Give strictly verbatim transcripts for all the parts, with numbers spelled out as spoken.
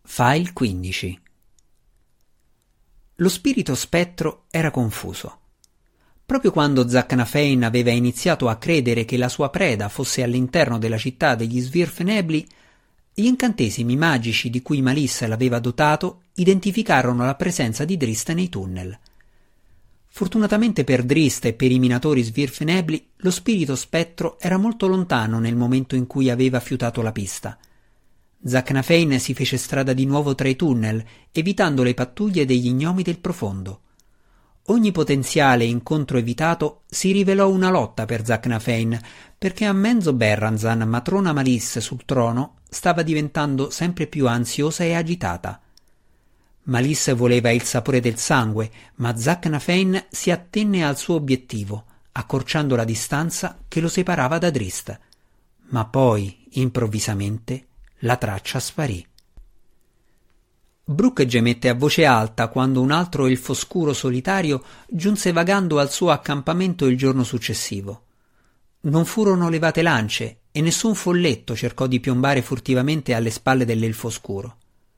File quindici. Lo spirito spettro era confuso. Proprio quando Zaknafein aveva iniziato a credere che la sua preda fosse all'interno della città degli Svirfenebli, gli incantesimi magici di cui Malissa l'aveva dotato identificarono la presenza di Drist nei tunnel. Fortunatamente per Drist e per i minatori Svirfenebli, lo spirito spettro era molto lontano nel momento in cui aveva fiutato la pista. Zaknafein si fece strada di nuovo tra i tunnel, evitando le pattuglie degli gnomi del profondo. Ogni potenziale incontro evitato si rivelò una lotta per Zaknafein, perché Amenzo Berranzan, matrona Malice sul trono, stava diventando sempre più ansiosa e agitata. Malice voleva il sapore del sangue, ma Zaknafein si attenne al suo obiettivo, accorciando la distanza che lo separava da Drist. Ma poi, improvvisamente, la traccia sparì. Brooke gemette a voce alta quando un altro elfo scuro solitario giunse vagando al suo accampamento il giorno successivo. Non furono levate lance e nessun folletto cercò di piombare furtivamente alle spalle dell'elfo scuro.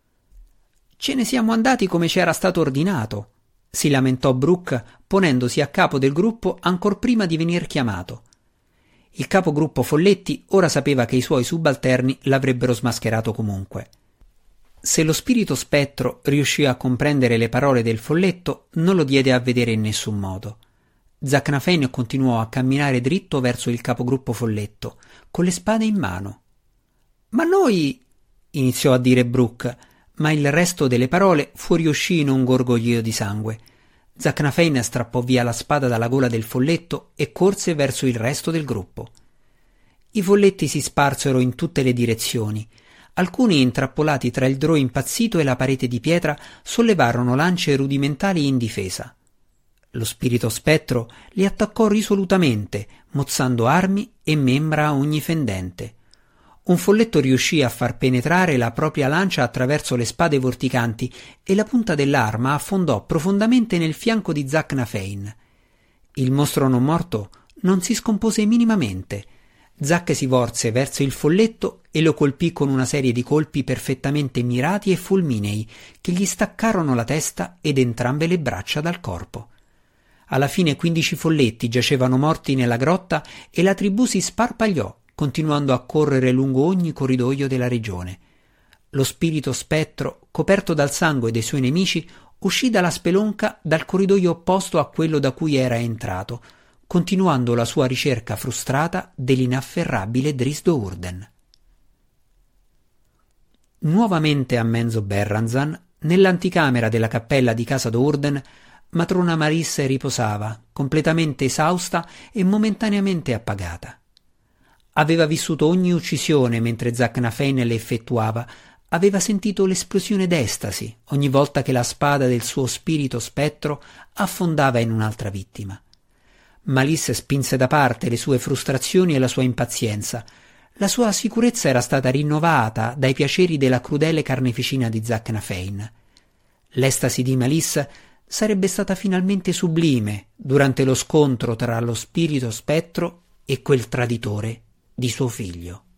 «Ce ne siamo andati come ci era stato ordinato», si lamentò Brooke ponendosi a capo del gruppo ancor prima di venir chiamato. Il capogruppo Folletti ora sapeva che i suoi subalterni l'avrebbero smascherato comunque. Se lo spirito spettro riuscì a comprendere le parole del folletto, non lo diede a vedere in nessun modo. Zaknafein continuò a camminare dritto verso il capogruppo Folletto, con le spade in mano. «Ma noi...» iniziò a dire Brooke, ma il resto delle parole fuoriuscì in un gorgoglio di sangue. Zaknafein strappò via la spada dalla gola del folletto e corse verso il resto del gruppo. I folletti si sparsero in tutte le direzioni. Alcuni, intrappolati tra il drò impazzito e la parete di pietra, sollevarono lance rudimentali in difesa. Lo spirito spettro li attaccò risolutamente, mozzando armi e membra a ogni fendente. Un folletto riuscì a far penetrare la propria lancia attraverso le spade vorticanti e la punta dell'arma affondò profondamente nel fianco di Zaknafein. Il mostro non morto non si scompose minimamente. Zack si volse verso il folletto e lo colpì con una serie di colpi perfettamente mirati e fulminei che gli staccarono la testa ed entrambe le braccia dal corpo. Alla fine quindici folletti giacevano morti nella grotta e la tribù si sparpagliò, continuando a correre lungo ogni corridoio della regione. Lo spirito spettro, coperto dal sangue dei suoi nemici, uscì dalla spelonca dal corridoio opposto a quello da cui era entrato, continuando la sua ricerca frustrata dell'inafferrabile Drist Do'Urden. Nuovamente a Menzo Berranzan, nell'anticamera della cappella di casa Do'Urden, matrona Malice riposava, completamente esausta e momentaneamente appagata. Aveva vissuto ogni uccisione mentre Zaknafein le effettuava, aveva sentito l'esplosione d'estasi ogni volta che la spada del suo spirito spettro affondava in un'altra vittima. Malice spinse da parte le sue frustrazioni e la sua impazienza. La sua sicurezza era stata rinnovata dai piaceri della crudele carneficina di Zaknafein. L'estasi di Malice sarebbe stata finalmente sublime durante lo scontro tra lo spirito spettro e quel traditore di suo figlio.